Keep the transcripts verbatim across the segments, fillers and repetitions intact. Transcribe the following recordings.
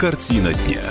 Картина дня.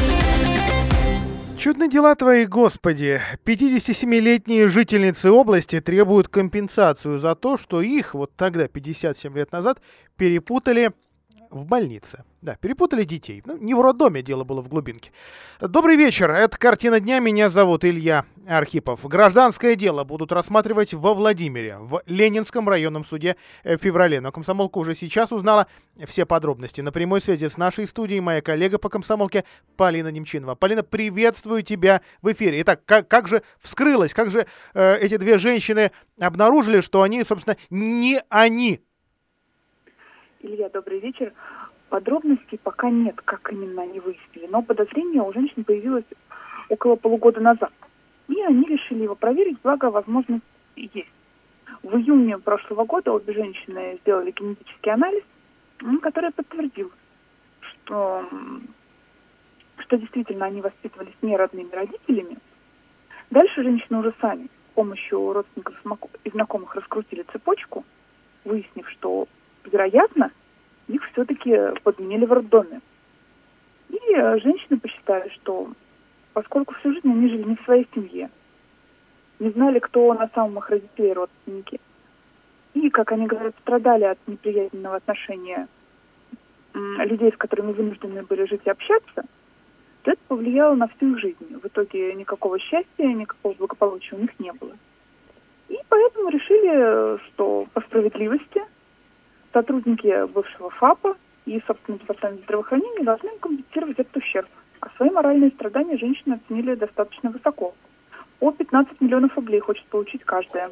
Чудны дела твои, Господи. пятидесятисемилетние жительницы области требуют компенсацию за то, что их вот тогда, пятьдесят семь лет назад, перепутали в больнице. Да, перепутали детей. Ну, не в роддоме, дело было в глубинке. Добрый вечер, это «Картина дня», меня зовут Илья Архипов. Гражданское дело будут рассматривать во Владимире, в Ленинском районном суде в феврале. Но комсомолка уже сейчас узнала все подробности. На прямой связи с нашей студией моя коллега по комсомолке Полина Немчинова. Полина, приветствую тебя в эфире. Итак, как, как же вскрылось, как же э, эти две женщины обнаружили, что они, собственно, не они? Илья, добрый вечер. Подробностей пока нет, как именно они выяснили, но подозрение у женщин появилось около полугода назад. И они решили его проверить, благо возможность есть. В июне прошлого года обе женщины сделали генетический анализ, который подтвердил, что, что действительно они воспитывались не родными родителями. Дальше женщины уже сами с помощью родственников и знакомых раскрутили цепочку, выяснив, что вероятно, их все-таки подменили в роддоме. И женщины посчитали, что поскольку всю жизнь они жили не в своей семье, не знали, кто на самом их родителей родственники, и, как они говорят, страдали от неприятного отношения людей, с которыми вынуждены были жить и общаться, то это повлияло на всю их жизнь. В итоге никакого счастья, никакого благополучия у них не было. И поэтому решили, что по справедливости сотрудники бывшего ФАПа и, собственно, Департамент здравоохранения должны компенсировать этот ущерб. А свои моральные страдания женщины оценили достаточно высоко. По пятнадцать миллионов рублей хочет получить каждая.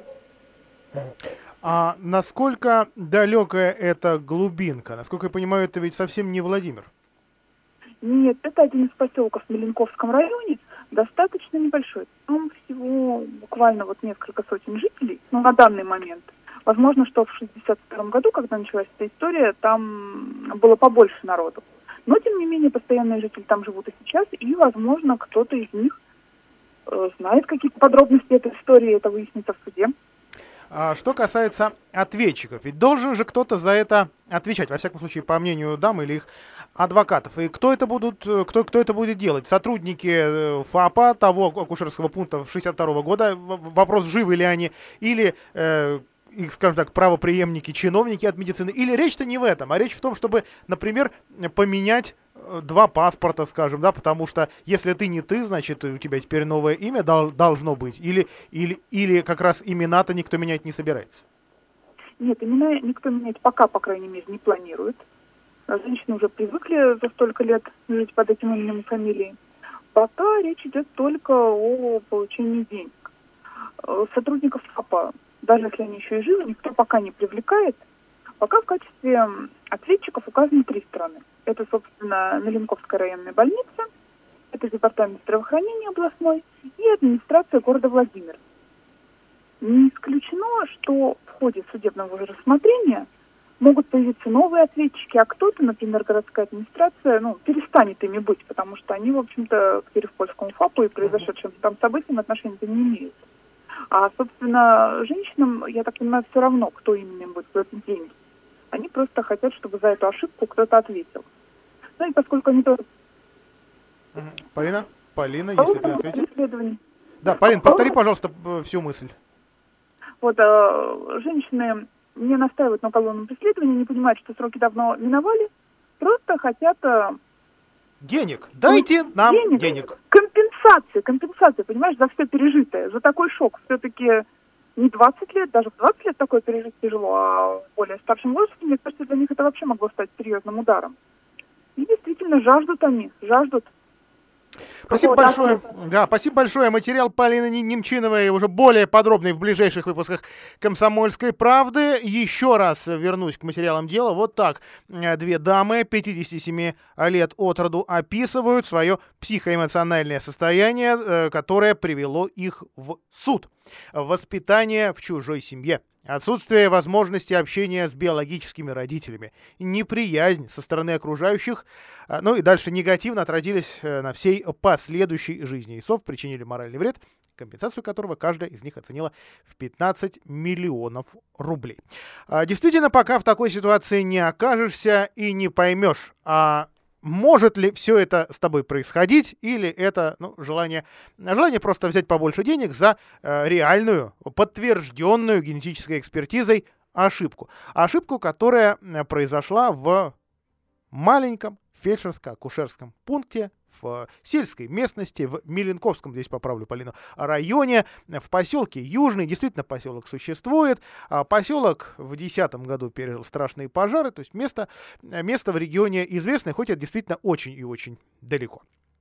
А насколько далекая эта глубинка? Насколько я понимаю, это ведь совсем не Владимир. Нет, это один из поселков в Меленковском районе, достаточно небольшой. Там всего буквально вот несколько сотен жителей, но на данный момент. Возможно, что в шестьдесят втором году, когда началась эта история, там было побольше народу. Но, тем не менее, постоянные жители там живут и сейчас, и, возможно, кто-то из них э, знает какие-то подробности этой истории, это выяснится в суде. А что касается ответчиков, ведь должен же кто-то за это отвечать, во всяком случае, по мнению дам или их адвокатов. И кто это, будут, кто, кто это будет делать? Сотрудники ФАПа, того акушерского пункта шестьдесят второго года, вопрос, живы ли они, или... Э, их, скажем так, правопреемники, чиновники от медицины, или речь-то не в этом, а речь в том, чтобы, например, поменять два паспорта, скажем, да, потому что если ты не ты, значит, у тебя теперь новое имя дол- должно быть, или, или, или как раз имена-то никто менять не собирается. Нет, имена никто менять пока, по крайней мере, не планирует. Женщины уже привыкли за столько лет жить под этим именем и фамилией. Пока речь идет только о получении денег. Сотрудников ФАПа, даже если они еще и живы, никто пока не привлекает. Пока в качестве ответчиков указаны три страны. Это, собственно, Меленковская районная больница, это Департамент здравоохранения областной и администрация города Владимир. Не исключено, что в ходе судебного уже рассмотрения могут появиться новые ответчики, а кто-то, например, городская администрация, ну, перестанет ими быть, потому что они, в общем-то, к Тереспольскому ФАПу и произошедшим там событиям отношения-то не имеют. А, собственно, женщинам, я так понимаю, все равно, кто именно им будет платить деньги. Они просто хотят, чтобы за эту ошибку кто-то ответил. Ну и поскольку они тоже... Полина, Полина, если ты ответишь. Исследование. Да, Полин, повтори, пожалуйста, всю мысль. Вот, э, женщины не настаивают на уголовном преследовании, не понимают, что сроки давно миновали, просто хотят... Э, денег. Дайте ну, нам денег. денег. Компенсация, компенсация, понимаешь, за все пережитое, за такой шок. Все-таки не двадцать лет, даже в двадцать лет такое пережить тяжело, а в более старшем возрасте, мне кажется, для них это вообще могло стать серьезным ударом. И действительно, жаждут они, жаждут. Спасибо большое. Да, спасибо большое. Материал Полины Немчиновой уже более подробный в ближайших выпусках «Комсомольской правды». Еще раз вернусь к материалам дела. Вот так две дамы пятидесяти семи лет от роду описывают свое психоэмоциональное состояние, которое привело их в суд. Воспитание в чужой семье. Отсутствие возможности общения с биологическими родителями, неприязнь со стороны окружающих, ну и дальше негативно отразились на всей последующей жизни ИСов, причинили моральный вред, компенсацию которого каждая из них оценила в пятнадцать миллионов рублей. Действительно, пока в такой ситуации не окажешься и не поймешь, а может ли все это с тобой происходить, или это ну, желание, желание просто взять побольше денег за э, реальную, подтвержденную генетической экспертизой ошибку. Ошибку, которая произошла в маленьком фельдшерско-акушерском пункте в сельской местности, в Меленковском, здесь поправлю Полину, районе, в поселке Южный. Действительно, поселок существует. Поселок в две тысячи десятом году пережил страшные пожары, то есть место, место в регионе известное, хоть это действительно очень и очень далеко.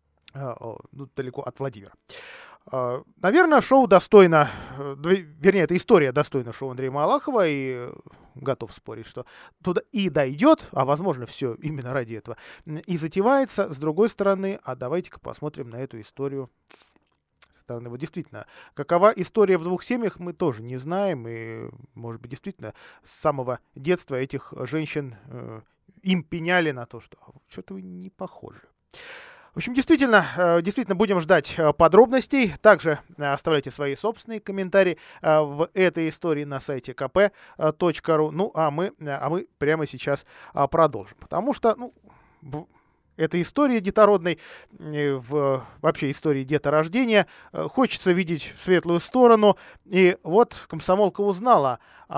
Далеко от Владимира. Наверное, шоу достойно, вернее, эта история достойна шоу Андрея Малахова, и готов спорить, что туда и дойдет, а возможно все именно ради этого, и затевается. С другой стороны, а давайте-ка посмотрим на эту историю со стороны. Вот действительно, какова история в двух семьях, мы тоже не знаем, и, может быть, действительно, с самого детства этих женщин э, им пеняли на то, что что-то вы не похожи. В общем, действительно, действительно будем ждать подробностей. Также оставляйте свои собственные комментарии в этой истории на сайте ка пэ точка ру. Ну, а мы, а мы прямо сейчас продолжим. Потому что, ну, в этой истории детородной, в вообще истории деторождения, хочется видеть светлую сторону. И вот комсомолка узнала,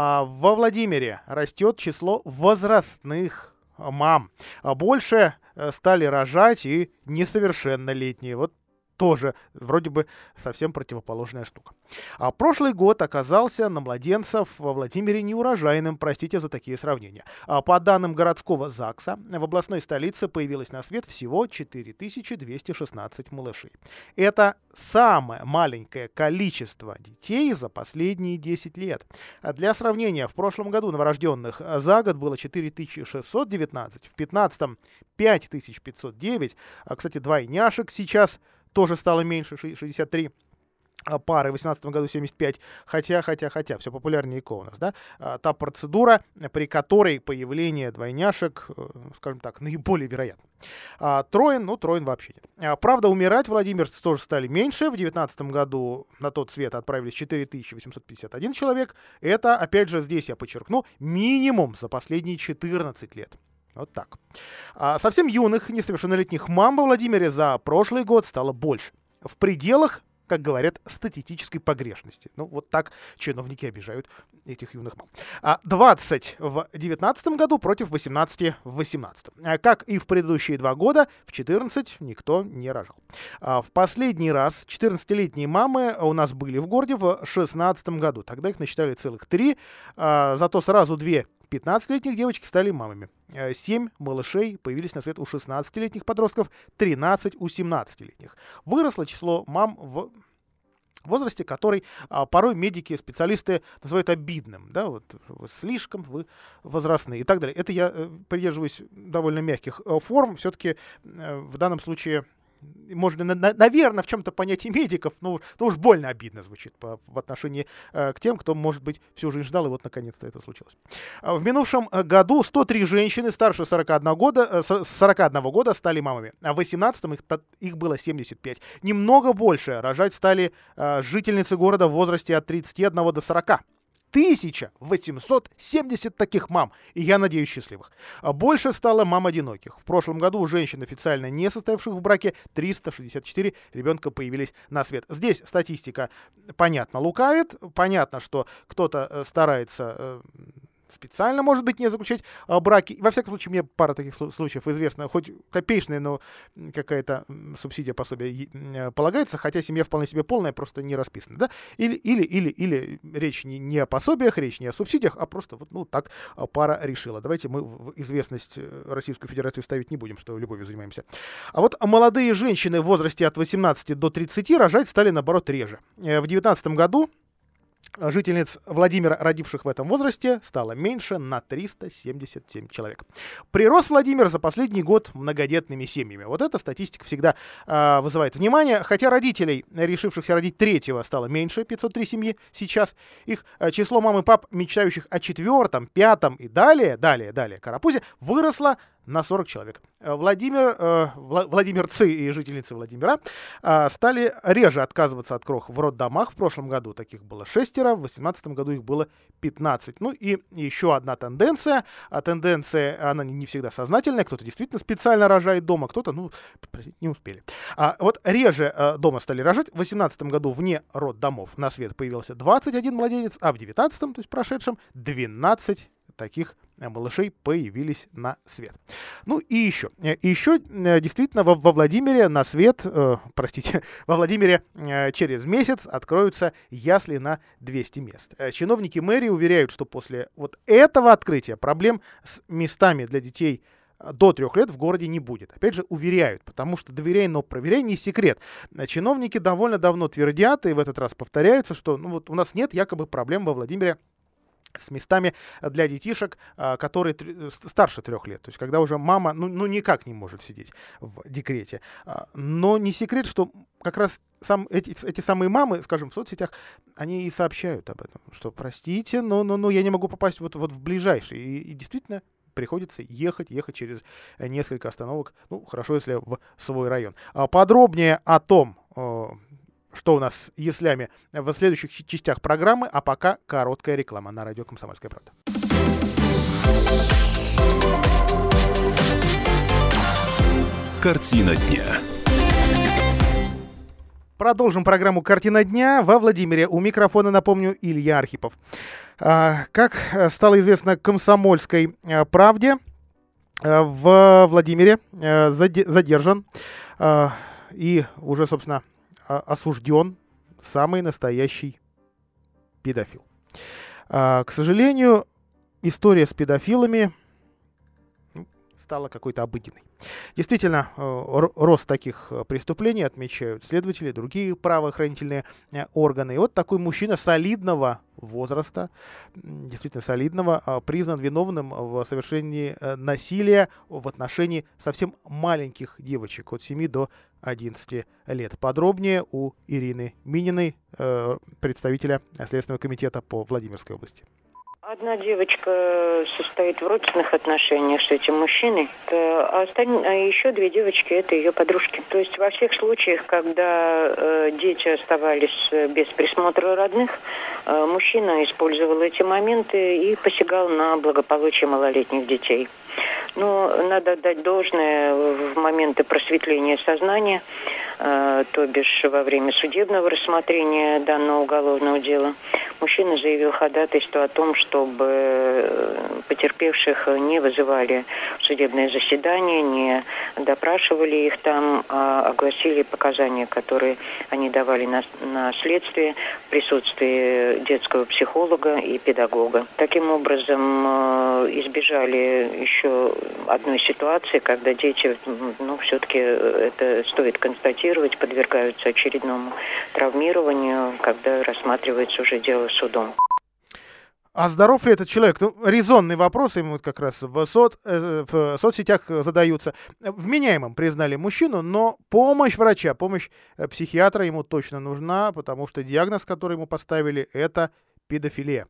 во Владимире растет число возрастных мам. Больше стали рожать и несовершеннолетние. Вот тоже вроде бы совсем противоположная штука. А прошлый год оказался на младенцев во Владимире неурожайным, простите за такие сравнения. А по данным городского ЗАГСа, в областной столице появилось на свет всего четыре тысячи двести шестнадцать малышей. Это самое маленькое количество детей за последние десять лет. А для сравнения, в прошлом году новорожденных за год было четыре тысячи шестьсот девятнадцать, в пятнадцатом пять тысяч пятьсот девять. А, кстати, двойняшек сейчас тоже стало меньше, шестьдесят три пары, в две тысячи восемнадцатом году семьдесят пять, хотя, хотя, хотя, все популярнее ИКО у нас, да, та процедура, при которой появление двойняшек, скажем так, наиболее вероятно. А троен, ну, троен вообще нет. Правда, умирать владимирцы тоже стали меньше. В две тысячи девятнадцатом году на тот свет отправились четыре тысячи восемьсот пятьдесят один человек. Это, опять же, здесь я подчеркну, минимум за последние четырнадцать лет. Вот так. А совсем юных, несовершеннолетних мам во Владимире за прошлый год стало больше. В пределах, как говорят, статистической погрешности. Ну, вот так чиновники обижают этих юных мам. А двадцать в девятнадцатом году против восемнадцати в восемнадцатом. А как и в предыдущие два года, в четырнадцать никто не рожал. А в последний раз четырнадцатилетние мамы у нас были в городе в шестнадцатом году. Тогда их насчитали целых три, а зато сразу две пятнадцатилетних девочки стали мамами. семь малышей появились на свет у шестнадцатилетних подростков, тринадцать у семнадцатилетних. Выросло число мам в возрасте, который а, порой медики, специалисты называют обидным. Да, вот, вы слишком вы возрастные и так далее. Это я э, придерживаюсь довольно мягких э, форм. Все-таки э, в данном случае можно, на, на, наверное, в чем-то понятие медиков, но, но уж больно обидно звучит по, в отношении э, к тем, кто, может быть, всю жизнь ждал, и вот наконец-то это случилось. В минувшем году сто три женщины старше сорока одного года, э, сорока одного года стали мамами, а в восемнадцатом их, их было семьдесят пять. Немного больше рожать стали э, жительницы города в возрасте от тридцати одного до сорока. тысяча восемьсот семьдесят таких мам, и я надеюсь, счастливых. Больше стало мам одиноких. В прошлом году у женщин, официально не состоявших в браке, триста шестьдесят четыре ребенка появились на свет. Здесь статистика, понятно, лукавит. Понятно, что кто-то старается специально, может быть, не заключать а, браки. Во всяком случае, мне пара таких случаев известна. Хоть копеечная, но какая-то субсидия, пособие полагается, хотя семья вполне себе полная, просто не расписана. Да? Или, или, или, или речь не, не о пособиях, речь не о субсидиях, а просто вот, ну, так пара решила. Давайте мы в известность Российскую Федерацию ставить не будем, что любовью занимаемся. А вот молодые женщины в возрасте от восемнадцати до тридцати рожать стали, наоборот, реже. В девятнадцатом году жительниц Владимира, родивших в этом возрасте, стало меньше на триста семьдесят семь человек. Прирос Владимир за последний год многодетными семьями. Вот эта статистика всегда э, вызывает внимание. Хотя родителей, решившихся родить третьего, стало меньше, пятьсот три семьи сейчас. Их э, число мам и пап, мечтающих о четвертом, пятом и далее, далее, далее карапузе, выросло на сорок человек. Владимир, э, Владимирцы и жительницы Владимира э, стали реже отказываться от крох в роддомах. В прошлом году таких было шестеро, в две тысячи восемнадцатом году их было пятнадцать. Ну и еще одна тенденция. А тенденция, она не всегда сознательная. Кто-то действительно специально рожает дома, кто-то, ну, простите, не успели. А вот реже э, дома стали рожать. В две тысячи восемнадцатом году вне роддомов на свет появился двадцать один младенец, а в две тысячи девятнадцатом, то есть прошедшем, двенадцать таких малышей появились на свет. Ну и еще. И еще действительно во, во Владимире на свет, э, простите, во Владимире э, через месяц откроются ясли на двести мест. Чиновники мэрии уверяют, что после вот этого открытия проблем с местами для детей до трех лет в городе не будет. Опять же, уверяют, потому что доверяй, но проверяй, не секрет. Чиновники довольно давно твердят, и в этот раз повторяются, что ну, вот у нас нет якобы проблем во Владимире с местами для детишек, которые старше трех лет. То есть, когда уже мама ну, ну никак не может сидеть в декрете. Но не секрет, что как раз сам, эти, эти самые мамы, скажем, в соцсетях, они и сообщают об этом, что простите, но, но, но я не могу попасть вот, вот в ближайший. И, и действительно приходится ехать, ехать через несколько остановок. Ну, хорошо, если в свой район. Подробнее о том, что у нас с яслями в следующих частях программы, а пока короткая реклама на радио «Комсомольская правда». Картина дня. Продолжим программу «Картина дня». Во Владимире у микрофона, напомню, Илья Архипов. А, как стало известно «Комсомольской правде», в Владимире задержан и уже, собственно, осужден самый настоящий педофил. А, к сожалению, история с педофилами стала какой-то обыденной. Действительно, рост таких преступлений отмечают следователи, другие правоохранительные органы. И вот такой мужчина солидного возраста, действительно солидного, признан виновным в совершении насилия в отношении совсем маленьких девочек от семи до одиннадцати лет. Подробнее у Ирины Мининой, представителя Следственного комитета по Владимирской области. Одна девочка состоит в родственных отношениях с этим мужчиной, а, остальные, а еще две девочки – это ее подружки. То есть во всех случаях, когда э, дети оставались без присмотра родных, э, мужчина использовал эти моменты и посягал на благополучие малолетних детей. Но надо отдать должное в моменты просветления сознания, э, то бишь во время судебного рассмотрения данного уголовного дела, мужчина заявил ходатайство о том, чтобы потерпевших не вызывали в судебное заседание, не допрашивали их там, а огласили показания, которые они давали на, на следствие в присутствии детского психолога и педагога. Таким образом, избежали еще одной ситуации, когда дети, ну, все-таки это стоит констатировать, подвергаются очередному травмированию, когда рассматривается уже дело судом. А здоров ли этот человек? Ну, резонные вопросы ему как раз в, соц, э, в соцсетях задаются. Вменяемым признали мужчину, но помощь врача, помощь психиатра ему точно нужна, потому что диагноз, который ему поставили, это педофилия.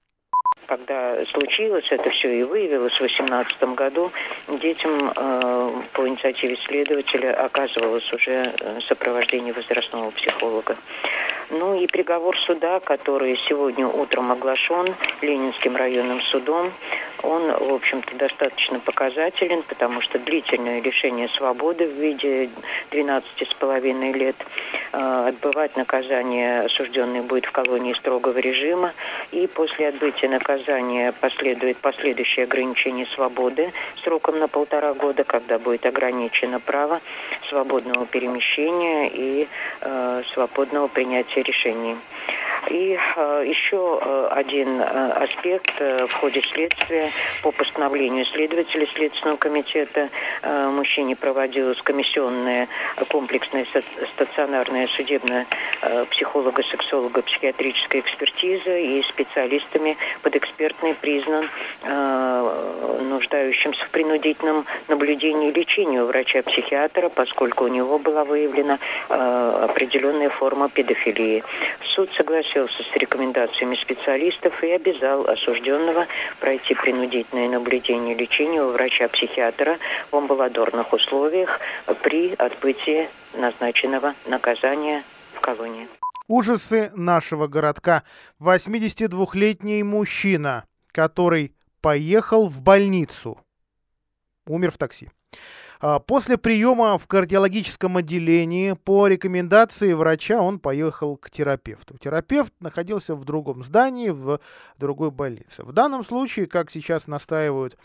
Когда случилось это все и выявилось в две тысячи восемнадцатом году, детям э, по инициативе следователя оказывалось уже сопровождение возрастного психолога. Ну и приговор суда, который сегодня утром оглашен Ленинским районным судом, он, в общем-то, достаточно показателен, потому что длительное лишение свободы в виде двенадцати с половиной лет, э, отбывать наказание осужденный будет в колонии строгого режима, и после отбытия наказания последует последующее ограничение свободы сроком на полтора года, когда будет ограничено право свободного перемещения и э, свободного принятия решений. И э, еще э, один э, аспект э, в ходе следствия по постановлению следователя Следственного комитета э, мужчине проводилась комиссионная комплексная стационарная судебная э, психолого-сексолого-психиатрическая экспертиза, и специалистами подэкспертный признан э, нуждающийся находящимся в принудительном наблюдении и лечении у врача-психиатра, поскольку у него была выявлена э, определенная форма педофилии. Суд согласился с рекомендациями специалистов и обязал осужденного пройти принудительное наблюдение и лечение у врача-психиатра в амбулаторных условиях при отбытии назначенного наказания в колонии. Ужасы нашего городка. восьмидесятидвухлетний мужчина, который поехал в больницу, умер в такси. После приема в кардиологическом отделении по рекомендации врача он поехал к терапевту. Терапевт находился в другом здании, в другой больнице. В данном случае, как сейчас настаивают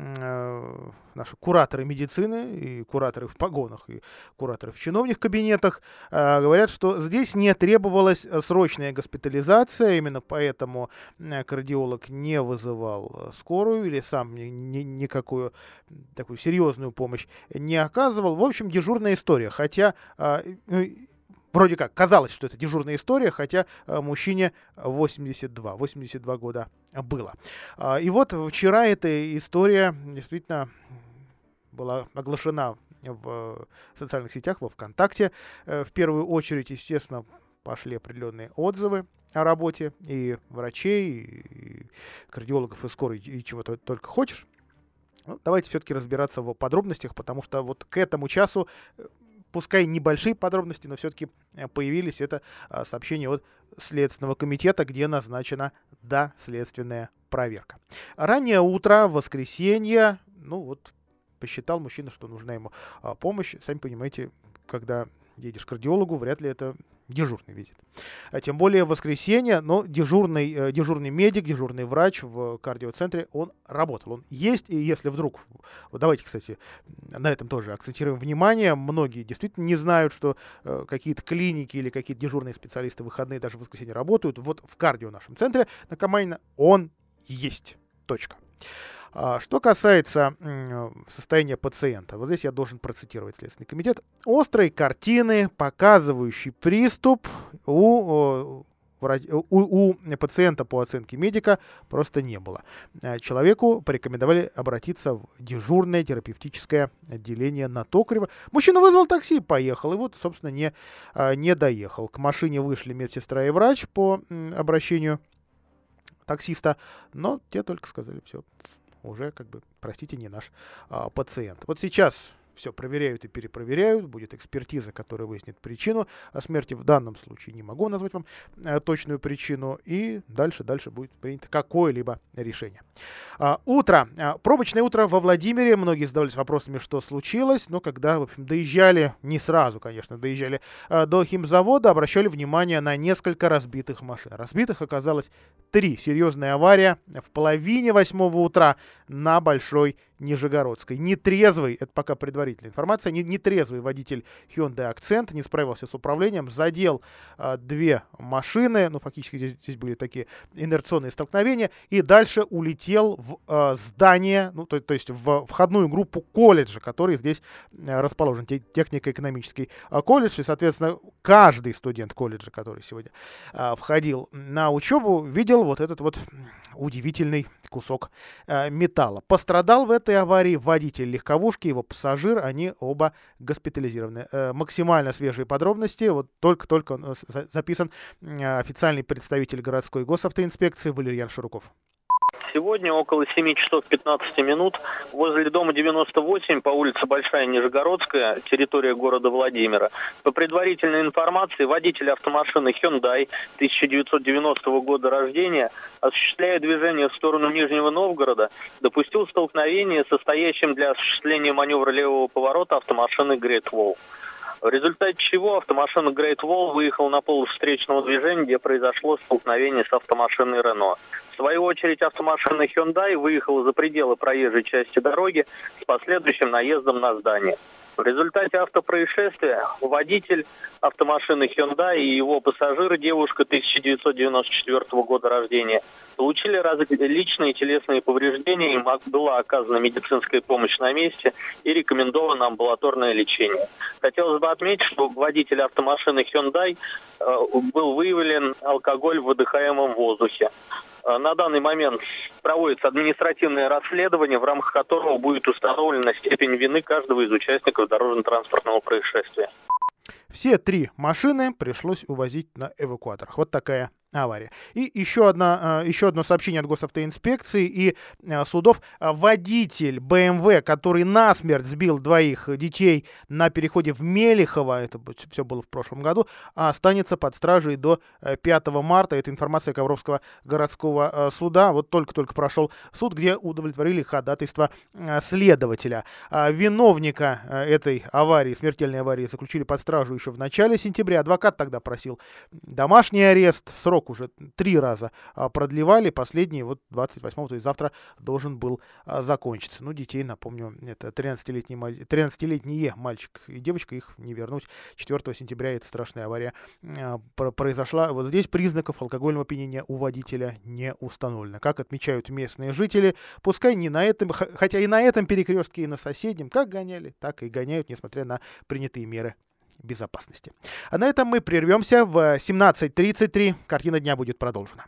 э, наши кураторы медицины, и кураторы в погонах, и кураторы в чиновных кабинетах, э, говорят, что здесь не требовалась срочная госпитализация, именно поэтому кардиолог не вызывал скорую или сам ни, ни, никакую такую серьезную помощь не оказывал. В общем, дежурная история. Хотя, э, вроде как, казалось, что это дежурная история, хотя э, мужчине восемьдесят два года было. Э, и вот вчера эта история действительно была оглашена в социальных сетях, во ВКонтакте. Э, в первую очередь, естественно, пошли определенные отзывы о работе и врачей, и кардиологов, и скорой, и чего-то только хочешь. Ну, давайте все-таки разбираться в подробностях, потому что вот к этому часу, пускай небольшие подробности, но все-таки появились. Это сообщение от Следственного комитета, где назначена доследственная проверка. Раннее утро, воскресенье, ну вот посчитал мужчина, что нужна ему помощь. Сами понимаете, когда едешь к кардиологу, вряд ли это дежурный визит. А тем более в воскресенье, но дежурный, э, дежурный медик, дежурный врач в кардиоцентре, он работал. Он есть, и если вдруг... Вот давайте, кстати, на этом тоже акцентируем внимание. Многие действительно не знают, что э, какие-то клиники или какие-то дежурные специалисты в выходные даже в воскресенье работают. Вот в кардио нашем центре на Камайна он есть. Точка. Что касается состояния пациента, вот здесь я должен процитировать Следственный комитет. Острой картины, показывающей приступ у, у, у пациента по оценке медика просто не было. Человеку порекомендовали обратиться в дежурное терапевтическое отделение на Токарева. Мужчина вызвал такси, поехал, и вот, собственно, не, не доехал. К машине вышли медсестра и врач по обращению таксиста, но те только сказали: все, уже, как бы, простите, не наш а, пациент. Вот сейчас все проверяют и перепроверяют. Будет экспертиза, которая выяснит причину смерти. В данном случае не могу назвать вам а, точную причину. И дальше, дальше будет принято какое-либо решение. А, утро. А, пробочное утро во Владимире. Многие задавались вопросами, что случилось. Но когда, в общем, доезжали, не сразу, конечно, доезжали а, до химзавода, обращали внимание на несколько разбитых машин. Разбитых оказалось три. Серьезная авария в половине восьмого утра на Большой Нижегородской. Нетрезвый, это пока предварительная информация, нетрезвый водитель Hyundai Accent не справился с управлением, задел а, две машины, ну фактически здесь, здесь были такие инерционные столкновения, и дальше улетел в а, здание, ну то, то есть в входную группу колледжа, который здесь а, расположен, технико-экономический а, колледж, и, соответственно, каждый студент колледжа, который сегодня а, входил на учебу, видел вот этот вот удивительный кусок а, металла. Пострадал в этой аварии водитель легковушки, его пассажир, они оба госпитализированы. Э, максимально свежие подробности, вот только-только у нас записан э, официальный представитель городской госавтоинспекции Валерьян Широков. Сегодня около семи часов пятнадцати минут возле дома девяносто восемь по улице Большая Нижегородская, территория города Владимира. По предварительной информации, водитель автомашины Hyundai тысяча девятьсот девяностого года рождения, осуществляя движение в сторону Нижнего Новгорода, допустил столкновение со стоящим для осуществления маневра левого поворота автомашины Great Wall. В результате чего автомашина Great Wall выехала на полосу встречного движения, где произошло столкновение с автомашиной Renault. В свою очередь автомашина Hyundai выехала за пределы проезжей части дороги с последующим наездом на здание. В результате автопроисшествия водитель автомашины Hyundai и его пассажир, девушка тысяча девятьсот девяносто четвёртого года рождения, получили различные телесные повреждения, им была оказана медицинская помощь на месте и рекомендовано амбулаторное лечение. Хотелось бы отметить, что водитель автомашины Hyundai э, был выявлен алкоголь в выдыхаемом воздухе. На данный момент проводится административное расследование, в рамках которого будет установлена степень вины каждого из участников дорожно-транспортного происшествия. Все три машины пришлось увозить на эвакуаторах. Вот такая авария. И еще, одна, еще одно сообщение от госавтоинспекции и судов. Водитель бэ эм вэ, который насмерть сбил двоих детей на переходе в Мелехово, это все было в прошлом году, останется под стражей до пятого марта. Это информация Ковровского городского суда. Вот только-только прошел суд, где удовлетворили ходатайство следователя. Виновника этой аварии, смертельной аварии, заключили под стражу еще в начале сентября. Адвокат тогда просил домашний арест. Срок уже три раза продлевали. Последний вот двадцать восьмого, то есть завтра, должен был закончиться. Ну, детей, напомню, это тринадцатилетний, тринадцатилетние мальчик и девочка, их не вернуть. четвёртого сентября эта страшная авария произошла. Вот здесь признаков алкогольного опьянения у водителя не установлено. Как отмечают местные жители, пускай не на этом, хотя и на этом перекрестке, и на соседнем, как гоняли, так и гоняют, несмотря на принятые меры безопасности. А на этом мы прервемся. В семнадцать тридцать три картина дня будет продолжена.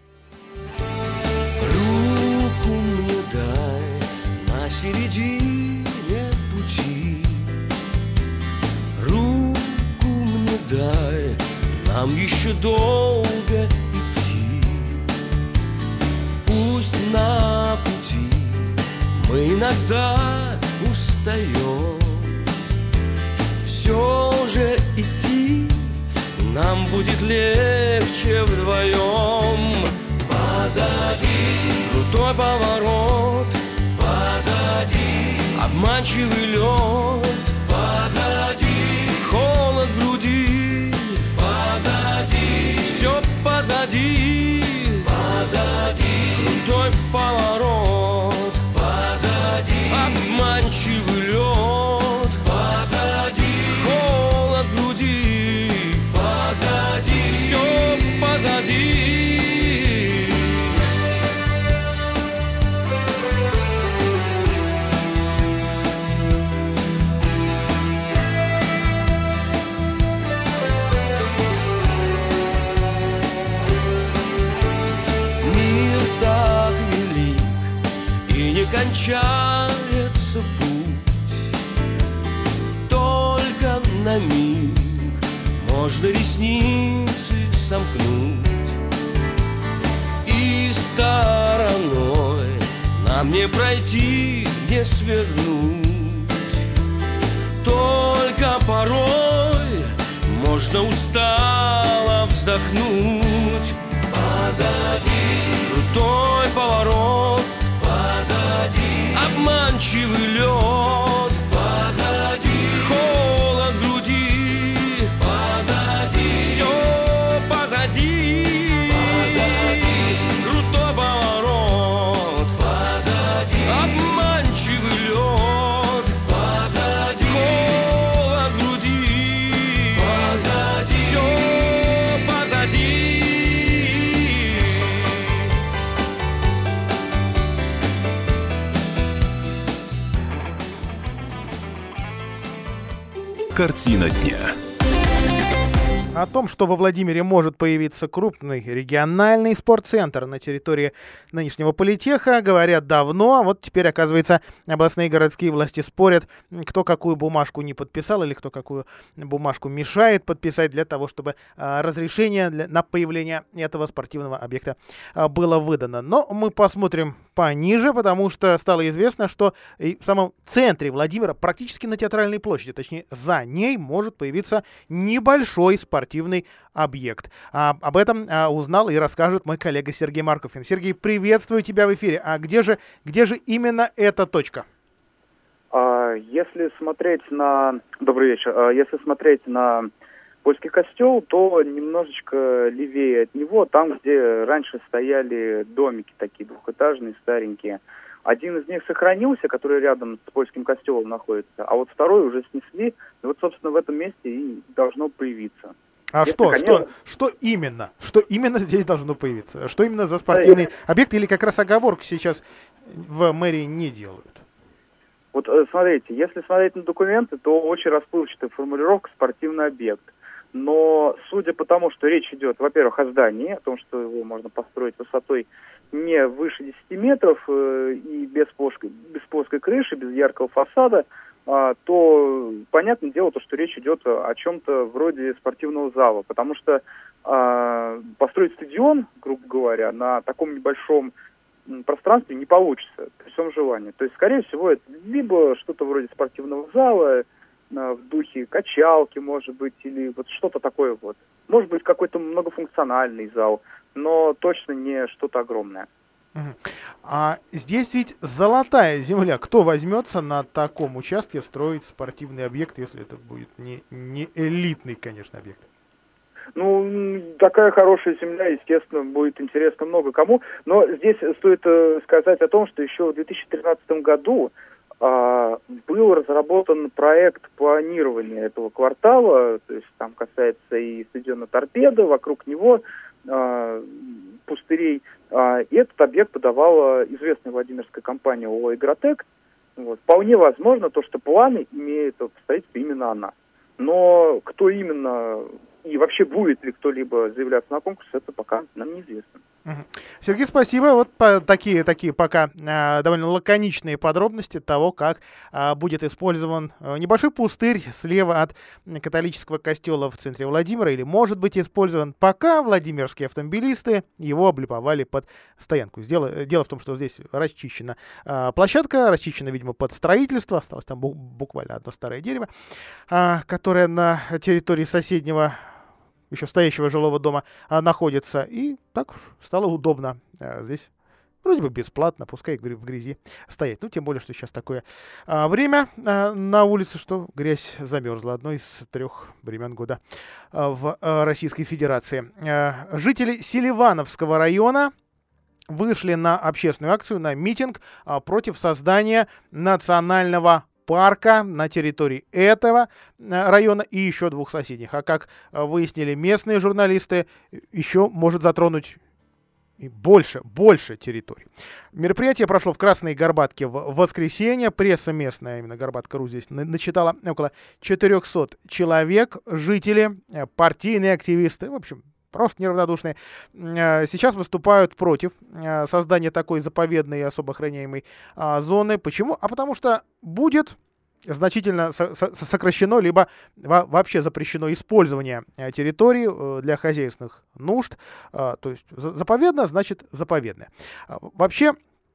Руку мне дай на середине пути, руку мне дай, нам еще долго идти. Пусть на пути мы иногда устаем, все же идти нам будет легче вдвоем. Позади крутой поворот, позади обманчивый лед, позади холод в груди, позади все позади, позади крутой поворот, позади обманчивый лед, позади холод в груди, позади все позади. Кончается путь, только на миг можно ресницы сомкнуть, и стороной нам не пройти, не свернуть. Только порой можно устало вздохнуть. Позади крутой поворот, позади обманчивый лед, позади холод в груди, позади все позади, позади крутой поворот, позади обманчивый лед, позади холод в груди, позади все позади. Картина дня. О том, что во Владимире может появиться крупный региональный спортцентр на территории нынешнего политеха, говорят давно. А вот теперь, оказывается, областные и городские власти спорят, кто какую бумажку не подписал или кто какую бумажку мешает подписать для того, чтобы а, разрешение для, на появление этого спортивного объекта а, было выдано. Но мы посмотрим пониже, потому что стало известно, что и в самом центре Владимира, практически на Театральной площади, точнее за ней, может появиться небольшой спортивный спортивный объект. А, об этом а, узнал и расскажет мой коллега Сергей Марковин. Сергей, приветствую тебя в эфире. А где же, где же именно эта точка? А, если смотреть на... Добрый вечер. А, если смотреть на Польский костел, то немножечко левее от него, там, где раньше стояли домики такие двухэтажные, старенькие. Один из них сохранился, который рядом с Польским костелом находится, а вот второй уже снесли. И вот, собственно, в этом месте и должно появиться. А Если, что, конечно... что, что именно? Что именно здесь должно появиться? Что именно за спортивный да, объект? Или как раз оговорку сейчас в мэрии не делают? Вот смотрите, если смотреть на документы, то очень расплывчатая формулировка «спортивный объект». Но судя по тому, что речь идет, во-первых, о здании, о том, что его можно построить высотой не выше десяти метров э, и без плоской, без плоской крыши, без яркого фасада, э, то понятное дело, то, что речь идет о чем-то вроде спортивного зала. Потому что э, построить стадион, грубо говоря, на таком небольшом пространстве не получится при всем желании. То есть, скорее всего, это либо что-то вроде спортивного зала, в духе качалки, может быть, или вот что-то такое вот. Может быть, какой-то многофункциональный зал, но точно не что-то огромное. А здесь ведь золотая земля. Кто возьмется на таком участке строить спортивный объект, если это будет не, не элитный, конечно, объект? Ну, такая хорошая земля, естественно, будет интересно много кому. Но здесь стоит сказать о том, что еще в две тысячи тринадцатом году был разработан проект планирования этого квартала, то есть там касается и стадиона «Торпедо», вокруг него э, пустырей. Э, и этот объект подавала известная владимирская компания ООО «Игротек». Вот. Вполне возможно, то, что планы имеет в строительстве именно она. Но кто именно и вообще будет ли кто-либо заявляться на конкурс, это пока нам неизвестно. Сергей, спасибо. Вот по, такие, такие пока э, довольно лаконичные подробности того, как э, будет использован э, небольшой пустырь слева от католического костела в центре Владимира, или может быть использован, пока владимирские автомобилисты его облюбовали под стоянку. Дело, дело в том, что здесь расчищена э, площадка, расчищена, видимо, под строительство. Осталось там бу- буквально одно старое дерево, э, которое на территории соседнего еще стоящего жилого дома а, находится. И так уж стало удобно. А, здесь вроде бы бесплатно, пускай в грязи стоять. Ну, тем более, что сейчас такое а, время а, на улице, что грязь замерзла. Одно из трех времен года а, в а, Российской Федерации. А, жители Селивановского района вышли на общественную акцию, на митинг а, против создания национального парка на территории этого района и еще двух соседних. А как выяснили местные журналисты, еще может затронуть и больше, больше территорий. Мероприятие прошло в Красной Горбатке в воскресенье. Пресса местная, именно Горбатка.ру, здесь начитала около четырехсот человек, жители, партийные активисты, в общем, просто неравнодушные, сейчас выступают против создания такой заповедной и особо охраняемой зоны. Почему? А потому что будет значительно сокращено, либо вообще запрещено использование территории для хозяйственных нужд. То есть заповедно, значит заповедное. Вообще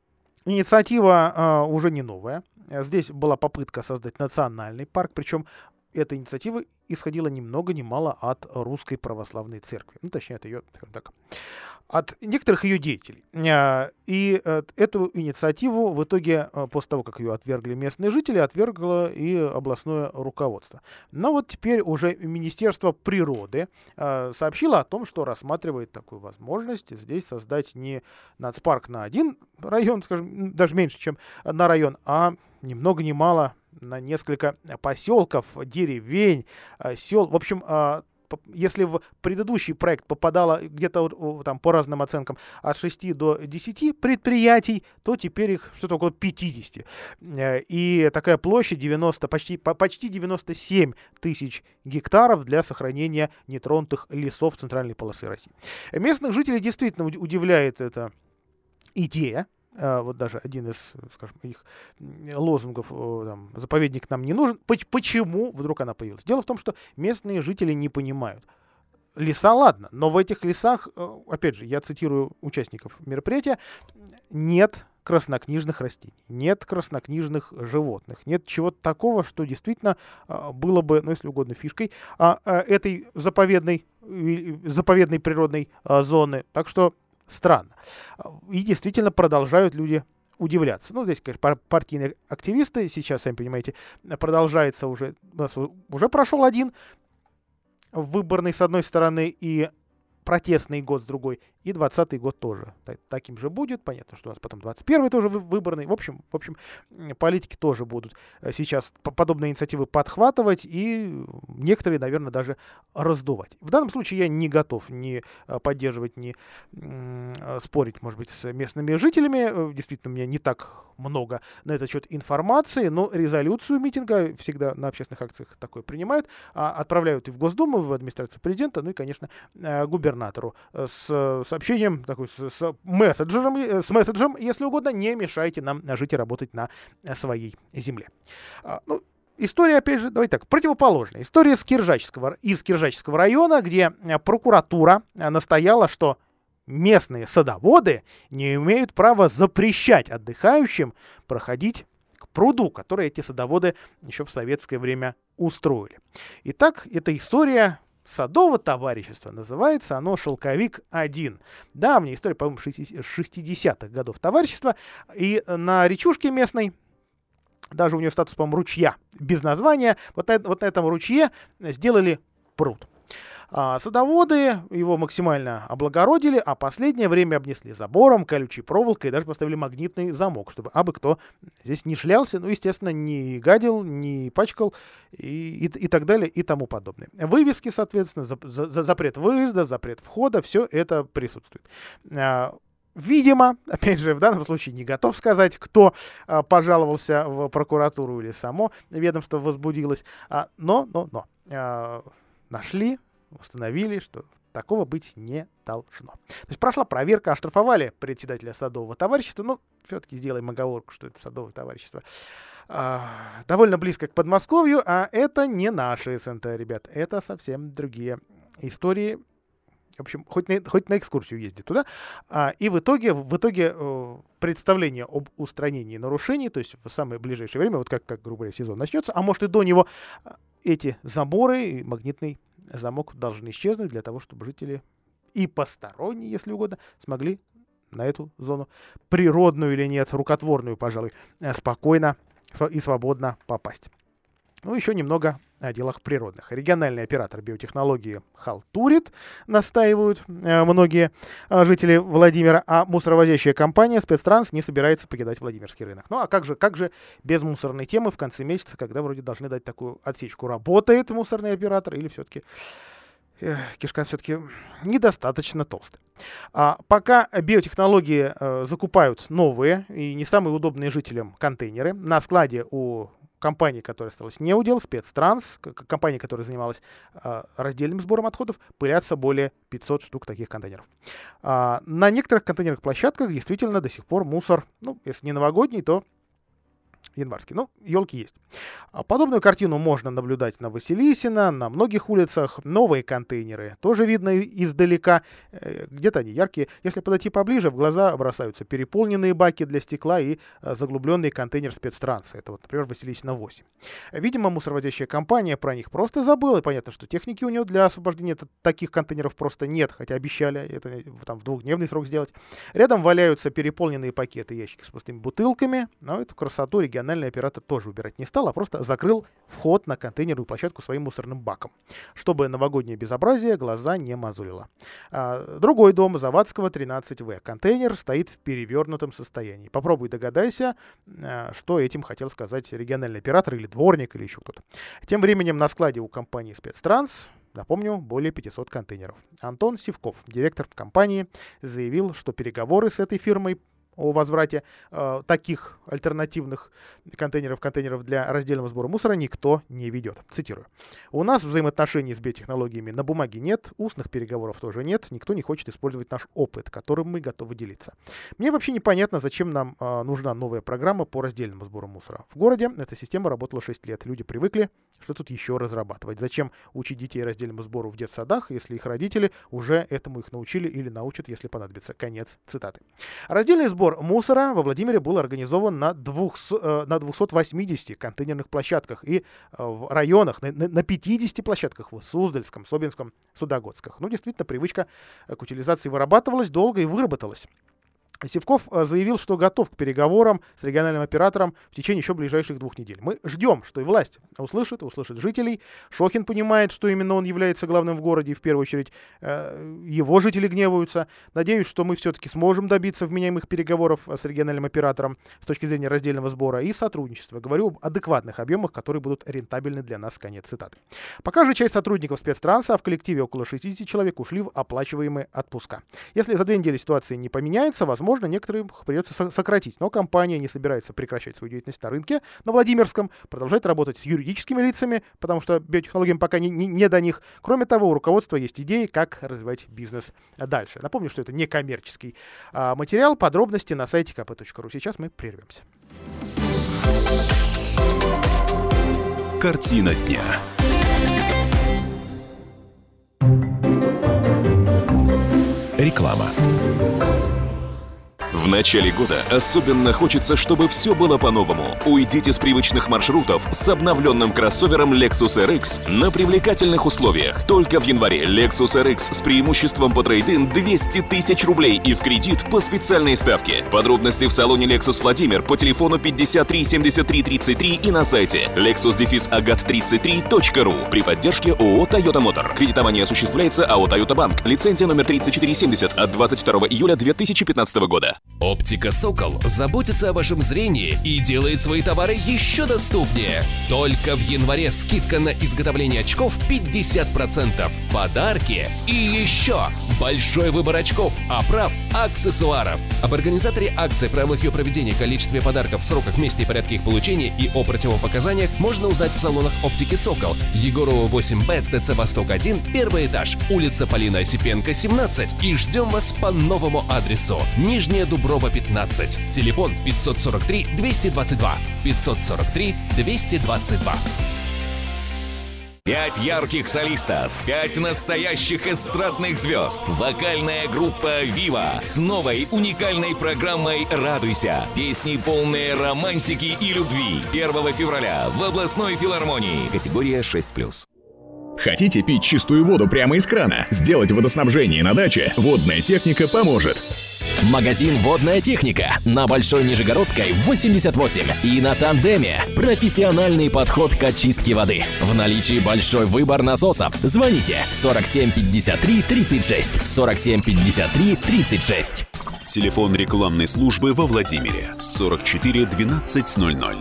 инициатива уже не новая. Здесь была попытка создать национальный парк, причем эта инициатива исходила ни много ни мало от Русской Православной Церкви. Ну, точнее, от ее, так, от некоторых ее деятелей. И эту инициативу в итоге, после того, как ее отвергли местные жители, отвергло и областное руководство. Но вот теперь уже Министерство природы сообщило о том, что рассматривает такую возможность здесь создать не нацпарк на один район, скажем, даже меньше, чем на район, а ни много ни мало на несколько поселков, деревень, сел. В общем, если в предыдущий проект попадало где-то там по разным оценкам от шести до десяти предприятий, то теперь их что-то около пятидесяти. И такая площадь девяносто, почти, почти девяносто семь тысяч гектаров для сохранения нетронутых лесов центральной полосы России. Местных жителей действительно удивляет эта идея. Вот даже один из, скажем, их лозунгов, там, заповедник нам не нужен. Почему вдруг она появилась? Дело в том, что местные жители не понимают. Леса, ладно, но в этих лесах, опять же, я цитирую участников мероприятия, нет краснокнижных растений, нет краснокнижных животных, нет чего-то такого, что действительно было бы, ну, если угодно, фишкой этой заповедной, заповедной природной зоны. Так что странно. И действительно продолжают люди удивляться. Ну, здесь, конечно, партийные активисты. Сейчас, сами понимаете, продолжается уже... У нас уже прошел один выборный, с одной стороны, и протестный год с другой, и двадцатый год тоже таким же будет. Понятно, что у нас потом двадцать первый тоже выборный. В общем, в общем, политики тоже будут сейчас подобные инициативы подхватывать и некоторые, наверное, даже раздувать. В данном случае я не готов ни поддерживать, ни спорить, может быть, с местными жителями. Действительно, у меня не так много на этот счет информации, но резолюцию митинга всегда на общественных акциях такое принимают, отправляют и в Госдуму, в администрацию президента, ну и, конечно, губернатору с сообщением, такой, с, с, месседжем, с месседжем, если угодно, не мешайте нам жить и работать на своей земле. Ну, история, опять же, давайте так, противоположная. История с Киржачского, из Киржачского района, где прокуратура настояла, что местные садоводы не имеют права запрещать отдыхающим проходить к пруду, который эти садоводы еще в советское время устроили. Итак, эта история садового товарищества, называется оно «Шелковик один». Давняя история, по-моему, шестидесятых годов товарищества. И на речушке местной, даже у нее статус, по-моему, ручья, без названия, вот на, вот на этом ручье сделали пруд. А садоводы его максимально облагородили, а последнее время обнесли забором, колючей проволокой и даже поставили магнитный замок, чтобы абы кто здесь не шлялся, ну, естественно, не гадил, не пачкал и, и, и так далее и тому подобное. Вывески, соответственно, за, за, запрет выезда, запрет входа, все это присутствует. Видимо, опять же, в данном случае не готов сказать, кто а, пожаловался в прокуратуру или само ведомство возбудилось, а, но, но, но а, нашли, установили, что такого быть не должно. То есть прошла проверка, оштрафовали председателя садового товарищества, но все-таки сделаем оговорку, что это садовое товарищество а, довольно близко к Подмосковью, а это не наши СНТ, ребят, это совсем другие истории. В общем, хоть на, хоть на экскурсию ездит туда. А, и в итоге, в итоге э, представление об устранении нарушений, то есть в самое ближайшее время, вот как, как грубо говоря, сезон начнется, а может и до него, эти заборы и магнитный замок должны исчезнуть для того, чтобы жители и посторонние, если угодно, смогли на эту зону, природную или нет, рукотворную, пожалуй, спокойно и свободно попасть. Ну, еще немного о делах природных. Региональный оператор биотехнологии халтурит, настаивают э, многие э, жители Владимира, а мусоровозящая компания «Спецтранс» не собирается покидать Владимирский рынок. Ну, а как же, как же без мусорной темы в конце месяца, когда вроде должны дать такую отсечку? Работает мусорный оператор или все-таки э, кишка все-таки недостаточно толстая? А пока биотехнологии э, закупают новые и не самые удобные жителям контейнеры, на складе у компании, которая осталась не удел, Спецтранс, компания, которая занималась а, раздельным сбором отходов, пылятся более пятьсот штук таких контейнеров. А, на некоторых контейнерных площадках действительно до сих пор мусор, ну, если не новогодний, то январский. Ну, елки есть. Подобную картину можно наблюдать на Василисина, на многих улицах. Новые контейнеры тоже видно издалека. Где-то они яркие. Если подойти поближе, в глаза бросаются переполненные баки для стекла и заглубленный контейнер Спецтранса. Это вот, например, Василисина восемь. Видимо, мусоровозящая компания про них просто забыла. И понятно, что техники у нее для освобождения таких контейнеров просто нет. Хотя обещали это там в двухдневный срок сделать. Рядом валяются переполненные пакеты, ящики с пустыми бутылками. Но эту красоту региональный оператор тоже убирать не стал, а просто закрыл вход на контейнерную площадку своим мусорным баком, чтобы новогоднее безобразие глаза не мозолило. А, другой дом, Завадского, тринадцать вэ. Контейнер стоит в перевернутом состоянии. Попробуй догадайся, а, что этим хотел сказать региональный оператор или дворник, или еще кто-то. Тем временем на складе у компании «Спецтранс», напомню, более пятисот контейнеров. Антон Сивков, директор компании, заявил, что переговоры с этой фирмой о возврате э, таких альтернативных контейнеров, контейнеров для раздельного сбора мусора никто не ведет. Цитирую. У нас взаимоотношений с биотехнологиями на бумаге нет, устных переговоров тоже нет, никто не хочет использовать наш опыт, которым мы готовы делиться. Мне вообще непонятно, зачем нам э, нужна новая программа по раздельному сбору мусора. В городе эта система работала шесть лет, люди привыкли, что тут еще разрабатывать. Зачем учить детей раздельному сбору в детсадах, если их родители уже этому их научили или научат, если понадобится. Конец цитаты. Раздельный сбор мусора во Владимире был организован на, двухсот восьмидесяти контейнерных площадках и в районах, на, на пятидесяти площадках в Суздальском, Собинском, Судогодском. Ну, действительно, привычка к утилизации вырабатывалась долго и выработалась. Сивков заявил, что готов к переговорам с региональным оператором в течение еще ближайших двух недель. Мы ждем, что и власть услышит, услышит жителей. Шохин понимает, что именно он является главным в городе, и в первую очередь его жители гневаются. Надеюсь, что мы все-таки сможем добиться вменяемых переговоров с региональным оператором с точки зрения раздельного сбора и сотрудничества. Говорю об адекватных объемах, которые будут рентабельны для нас. Конец цитаты. Пока же часть сотрудников спецтранса, а в коллективе около шестидесяти человек, ушли в оплачиваемые отпуска. Если за две недели ситуация не поменяется, возможно, Возможно, некоторых придется сократить, но компания не собирается прекращать свою деятельность на рынке на Владимирском, продолжает работать с юридическими лицами, потому что биотехнологиям пока не, не, не до них. Кроме того, у руководства есть идеи, как развивать бизнес дальше. Напомню, что это не коммерческий а, материал, подробности на сайте ка пэ точка ру. Сейчас мы прервемся. Картина дня. Реклама. В начале года особенно хочется, чтобы все было по-новому. Уйдите с привычных маршрутов с обновленным кроссовером Lexus эр икс на привлекательных условиях. Только в январе Lexus эр икс с преимуществом по трейд-ин двести тысяч рублей и в кредит по специальной ставке. Подробности в салоне Lexus Владимир по телефону пятьдесят три семьдесят три тридцать три и на сайте лексус агат тридцать три точка ру при поддержке ООО «Тойота Мотор». Кредитование осуществляется АО «Тойота Банк». Лицензия номер тридцать четыре семьдесят от двадцать второго июля две тысячи пятнадцатого года. Оптика «Сокол» заботится о вашем зрении и делает свои товары еще доступнее. Только в январе скидка на изготовление очков пятьдесят процентов, подарки и еще большой выбор очков, оправ, аксессуаров. Об организаторе акции, правилах ее проведения, количестве подарков, сроках, месте и порядке их получения и о противопоказаниях можно узнать в салонах оптики «Сокол». Егорова восемь бэ, ТЦ «Восток один», первый этаж, улица Полина Осипенко, семнадцать. И ждем вас по новому адресу. Нижняя Дуброва, пятнадцать. Телефон пятьсот сорок три двести двадцать два. пятьсот сорок три двести двадцать два. Пять ярких солистов, пять настоящих эстрадных звезд. Вокальная группа «Вива» с новой уникальной программой «Радуйся». Песни, полные романтики и любви. первого февраля в областной филармонии. Категория шесть плюс. Хотите пить чистую воду прямо из крана? Сделать водоснабжение на даче? Водная техника поможет. Магазин «Водная техника» на Большой Нижегородской, восемьдесят восемь. И на Тандеме. Профессиональный подход к очистке воды. В наличии большой выбор насосов. Звоните сорок семь пятьдесят три тридцать шесть. сорок семь пятьдесят три тридцать шесть. Телефон рекламной службы во Владимире сорок четыре двенадцать ноль ноль.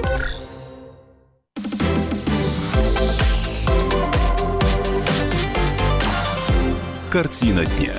Картина дня.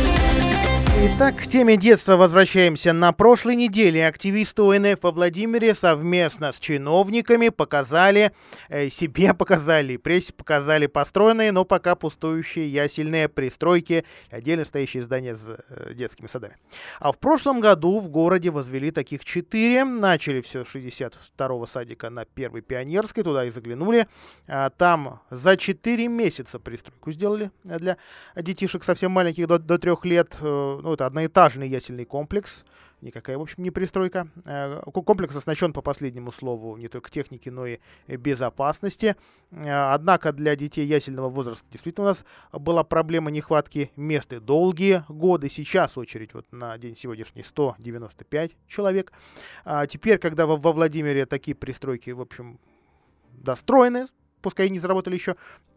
Итак, к теме детства возвращаемся. На прошлой неделе активисты о эн эф во Владимире совместно с чиновниками показали, э, себе показали, прессе показали построенные, но пока пустующие ясельные пристройки, отдельно стоящие здания с э, детскими садами. А в прошлом году в городе возвели таких четыре. Начали все с шестьдесят второго садика на первой Пионерской, туда и заглянули. А, там за четыре месяца пристройку сделали для детишек совсем маленьких, до, до трех лет. Ну, это одноэтажный ясельный комплекс, никакая, в общем, не пристройка. Комплекс оснащен, по последнему слову, не только техники, но и безопасности. Однако для детей ясельного возраста действительно у нас была проблема нехватки мест и долгие годы. Сейчас очередь вот на день сегодняшний сто девяносто пять человек. А теперь, когда во, во Владимире такие пристройки, в общем, достроены, пускай и не заработали еще,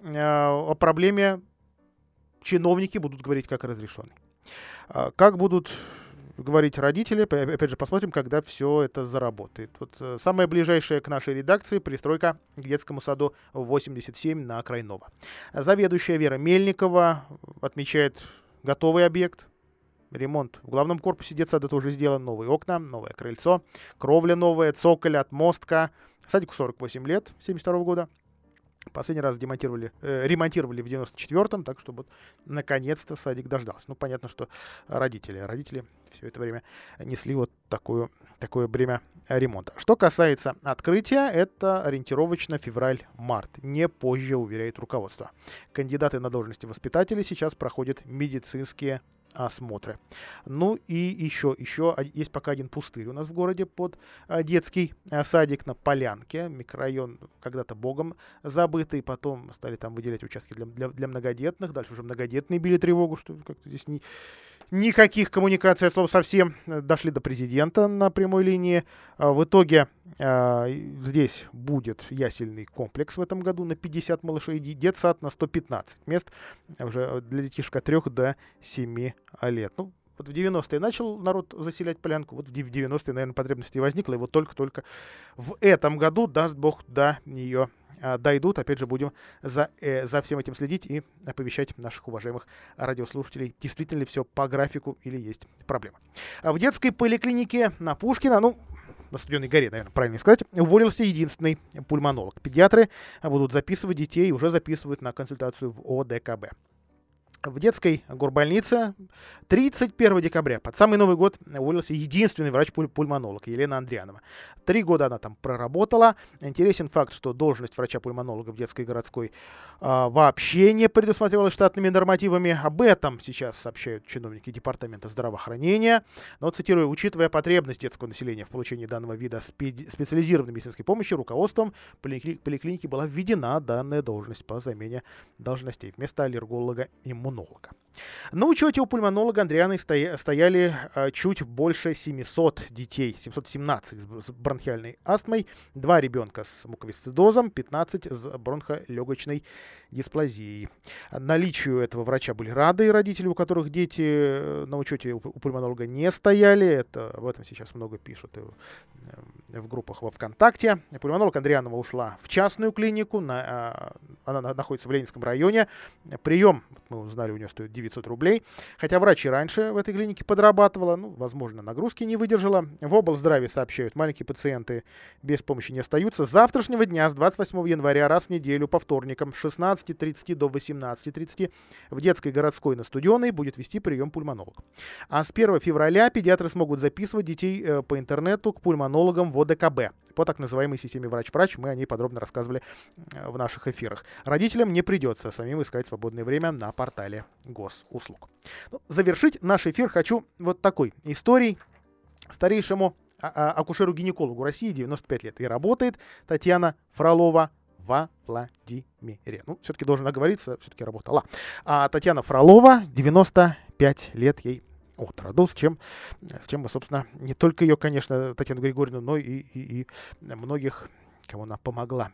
о проблеме чиновники будут говорить как разрешенный. Как будут говорить родители, опять же, посмотрим, когда все это заработает. Вот самая ближайшая к нашей редакции пристройка к детскому саду восемьдесят семь на Крайнова. Заведующая Вера Мельникова отмечает готовый объект. Ремонт в главном корпусе детсада тоже сделан. Новые окна, новое крыльцо, кровля новая, цоколь, отмостка. Садику сорок восемь лет, семьдесят второго года. Последний раз демонтировали, э, ремонтировали в девяносто четвёртом, так что вот наконец-то садик дождался. Ну, понятно, что родители, родители все это время несли вот такую, такое бремя ремонта. Что касается открытия, это ориентировочно февраль-март, не позже, уверяет руководство. Кандидаты на должности воспитателей сейчас проходят медицинские осмотры. Ну и еще, еще есть пока один пустырь у нас в городе под детский садик на Полянке. Микрорайон когда-то богом забытый, потом стали там выделять участки для, для, для многодетных. Дальше уже многодетные били тревогу, что как-то здесь не, Никаких коммуникаций, от слова совсем. Дошли до президента на прямой линии. В итоге здесь будет ясельный комплекс в этом году на пятьдесят малышей, детсад на сто пятнадцать мест уже для детишек от трёх до семи лет. Ну, вот в девяностые начал народ заселять Полянку, вот в девяностые, наверное, потребность и возникла, и вот только-только в этом году, даст Бог, до нее дойдут. Опять же, будем за, э, за всем этим следить и оповещать наших уважаемых радиослушателей, действительно ли все по графику или есть проблема. А в детской поликлинике на Пушкина, ну, на Студенной горе, наверное, правильно сказать, уволился единственный пульмонолог. Педиатры будут записывать детей, уже записывают на консультацию в О Д К Б. В детской горбольнице тридцать первого декабря, под самый Новый год, уволился единственный врач-пульмонолог Елена Андрианова. Три года она там проработала. Интересен факт, что должность врача-пульмонолога в детской городской а, вообще не предусматривалась штатными нормативами. Об этом сейчас сообщают чиновники Департамента здравоохранения. Но, цитирую, учитывая потребность детского населения в получении данного вида спе- специализированной медицинской помощи, руководством поликли- поликлиники была введена данная должность по замене должностей вместо аллерголога-иммунолога. На учете у пульмонолога Андрианы стоя- стояли а, чуть больше семисот детей, семьсот семнадцать с бронхиальной астмой, два ребенка с муковисцидозом, пятнадцать с бронхолегочной дисплазией. Наличию этого врача были рады родители, у которых дети на учете у пульмонолога не стояли. Это, об этом сейчас много пишут в группах во ВКонтакте. Пульмонолог Андрианова ушла в частную клинику. На, она находится в Ленинском районе. Прием, мы узнали, у нее стоит девятьсот рублей. Хотя врач и раньше в этой клинике подрабатывала. Ну, возможно, нагрузки не выдержала. В облздраве сообщают, маленькие пациенты без помощи не остаются. С завтрашнего дня, с двадцать восьмого января, раз в неделю по вторникам с шестнадцати тридцати до восемнадцати тридцати в детской городской на Студеной будет вести прием пульмонолог. А с первого февраля педиатры смогут записывать детей э, по интернету к пульмонологам в О Д К Б по так называемой системе врач-врач. Мы о ней подробно рассказывали э, в наших эфирах. Родителям не придется самим искать свободное время на портале госуслуг. Ну, завершить наш эфир хочу вот такой историей. Старейшему а- акушеру-гинекологу России девяносто пять лет. И работает Татьяна Фролова во Владимире. Ну, все-таки должен оговориться, все-таки работала. А Татьяна Фролова, девяносто пять лет ей от роду, с чем, с чем мы, собственно, не только ее, конечно, Татьяну Григорьевну, но и, и, и многих, кому она помогла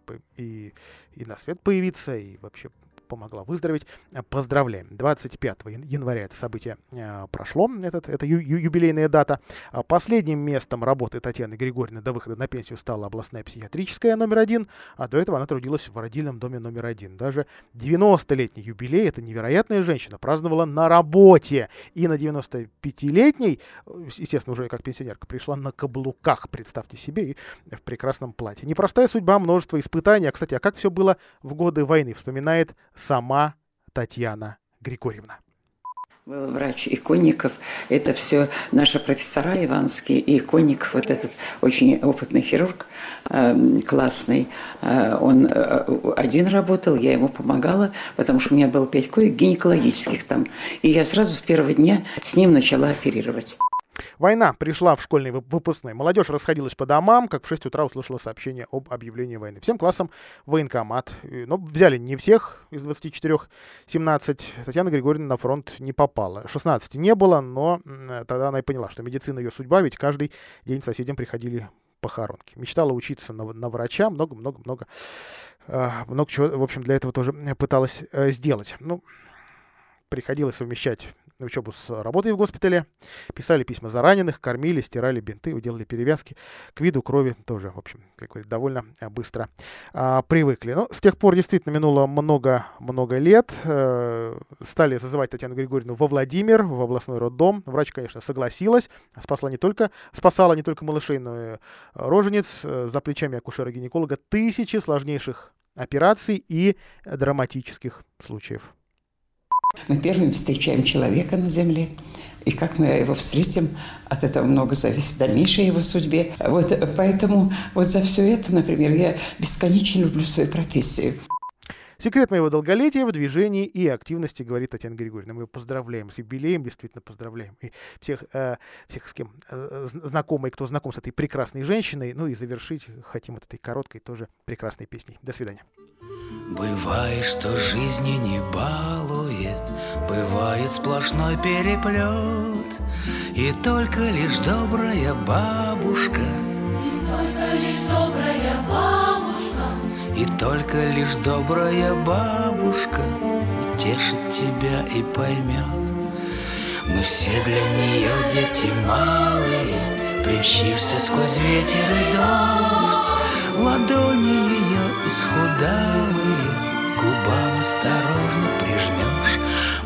и, и на свет появиться, и вообще помогла выздороветь. Поздравляем. двадцать пятого января это событие э, прошло. Этот, это ю, ю, юбилейная дата. Последним местом работы Татьяны Григорьевны до выхода на пенсию стала областная психиатрическая номер один, а до этого она трудилась в родильном доме номер один. Даже девяностолетний юбилей, эта невероятная женщина, праздновала на работе. И на девяностопятилетний, естественно, уже как пенсионерка, пришла на каблуках, представьте себе, и в прекрасном платье. Непростая судьба, множество испытаний. А, кстати, а как все было в годы войны, вспоминает сама Татьяна Григорьевна. Был врач Иконников. Это все наши профессора иванские. И Иконников, вот этот очень опытный хирург, э, классный, э, он э, один работал, я ему помогала, потому что у меня было пять коек гинекологических там. И я сразу с первого дня с ним начала оперировать. Война пришла в школьный выпускной. Молодежь расходилась по домам, как в шесть утра услышала сообщение об объявлении войны. Всем классам военкомат. Но взяли не всех из двадцати четырёх, семнадцать. Татьяна Григорьевна на фронт не попала. шестнадцати не было, но тогда она и поняла, что медицина ее судьба, ведь каждый день соседям приходили похоронки. Мечтала учиться на, на врача, много-много-много много чего, в общем, для этого тоже пыталась сделать. Ну, приходилось совмещать учебу с работой в госпитале, писали письма за раненых, кормили, стирали бинты, делали перевязки. К виду крови тоже, в общем, как говорят, довольно быстро а, привыкли. Но с тех пор действительно минуло много-много лет. Э, стали зазывать Татьяну Григорьевну во Владимир, в областной роддом. Врач, конечно, согласилась. Спасла не только, спасала не только малышей, но и рожениц. За плечами акушера-гинеколога тысячи сложнейших операций и драматических случаев. Мы первыми встречаем человека на земле, и как мы его встретим, от этого много зависит в дальнейшей его судьбе. Вот поэтому вот за все это, например, я бесконечно люблю свою профессию. Секрет моего долголетия в движении и активности, говорит Татьяна Григорьевна. Мы ее поздравляем с юбилеем, действительно поздравляем. И всех, э, всех с кем э, знакомы, кто знаком с этой прекрасной женщиной. Ну и завершить хотим вот этой короткой тоже прекрасной песней. До свидания. Бывает, что жизни не балует, бывает сплошной переплет, и только лишь добрая бабушка, и только лишь добрая бабушка, и только лишь добрая бабушка утешит тебя и поймет. Мы все для нее дети малые, примчишься сквозь ветер и дождь, в ладони ее исхудалые к губам осторожно прижмешь.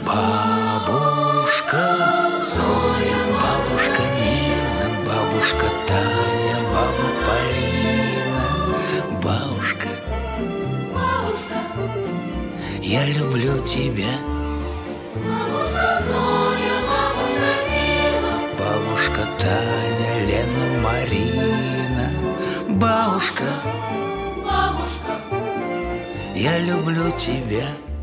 Бабушка Зоя, бабушка Нина, бабушка Таня, баба Полина. Бабушка, бабушка, я люблю тебя. Бабушка Зоя, бабушка Нина, бабушка Таня, Лена, Марина. Бабушка, бабушка, я люблю тебя.